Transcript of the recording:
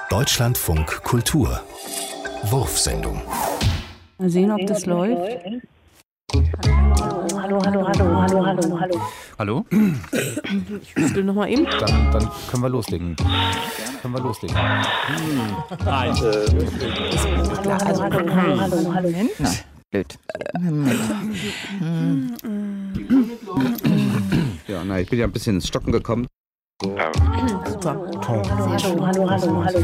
Deutschlandfunk Kultur. Wurfsendung. Mal sehen, ob das läuft. Hallo. Hallo? Ich wüsste noch mal eben. Dann können wir loslegen. Nein. Moment. Na, blöd. Ja, ich bin ja ein bisschen ins Stocken gekommen. Super. Hallo.